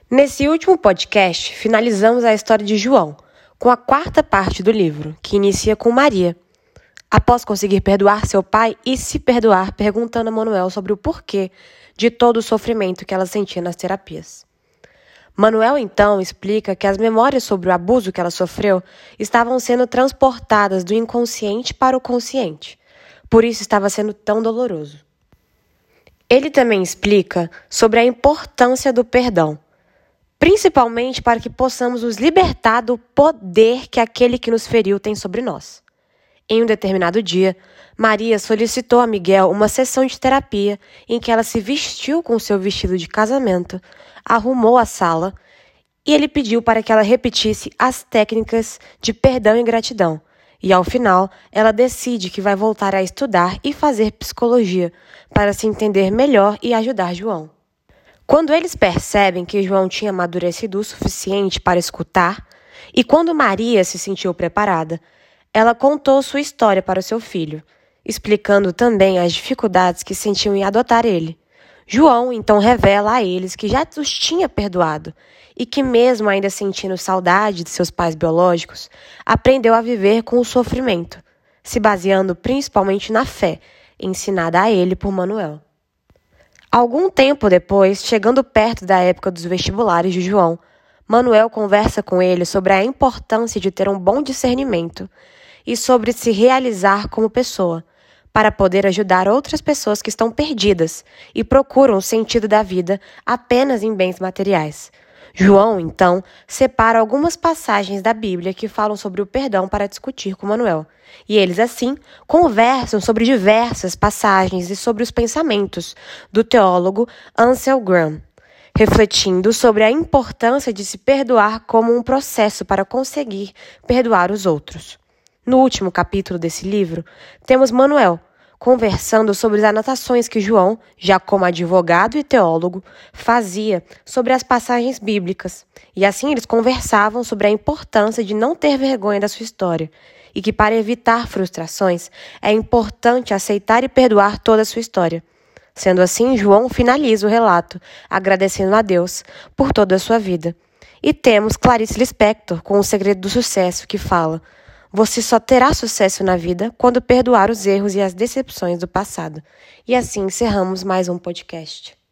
Nesse último podcast, finalizamos a história de João, com a quarta parte do livro, que inicia com Maria. Após conseguir perdoar seu pai e se perdoar, perguntando a Manuel sobre o porquê de todo o sofrimento que ela sentia nas terapias. Manuel, então, explica que as memórias sobre o abuso que ela sofreu estavam sendo transportadas do inconsciente para o consciente. Por isso estava sendo tão doloroso. Ele também explica sobre a importância do perdão, principalmente para que possamos nos libertar do poder que aquele que nos feriu tem sobre nós. Em um determinado dia, Maria solicitou a Miguel uma sessão de terapia em que ela se vestiu com seu vestido de casamento, arrumou a sala e ele pediu para que ela repetisse as técnicas de perdão e gratidão. E, ao final, ela decide que vai voltar a estudar e fazer psicologia para se entender melhor e ajudar João. Quando eles percebem que João tinha amadurecido o suficiente para escutar, e quando Maria se sentiu preparada, ela contou sua história para o seu filho, explicando também as dificuldades que sentiam em adotar ele. João então revela a eles que já os tinha perdoado e que, mesmo ainda sentindo saudade de seus pais biológicos, aprendeu a viver com o sofrimento, se baseando principalmente na fé ensinada a ele por Manuel. Algum tempo depois, chegando perto da época dos vestibulares de João, Manuel conversa com ele sobre a importância de ter um bom discernimento e sobre se realizar como pessoa, para poder ajudar outras pessoas que estão perdidas e procuram o sentido da vida apenas em bens materiais. João, então, separa algumas passagens da Bíblia que falam sobre o perdão para discutir com Manuel. E eles, assim, conversam sobre diversas passagens e sobre os pensamentos do teólogo Ansel Graham, refletindo sobre a importância de se perdoar como um processo para conseguir perdoar os outros. No último capítulo desse livro, temos Manuel conversando sobre as anotações que João, já como advogado e teólogo, fazia sobre as passagens bíblicas. E assim eles conversavam sobre a importância de não ter vergonha da sua história e que, para evitar frustrações, é importante aceitar e perdoar toda a sua história. Sendo assim, João finaliza o relato, agradecendo a Deus por toda a sua vida. E temos Clarice Lispector com O Segredo do Sucesso, que fala: você só terá sucesso na vida quando perdoar os erros e as decepções do passado. E assim encerramos mais um podcast.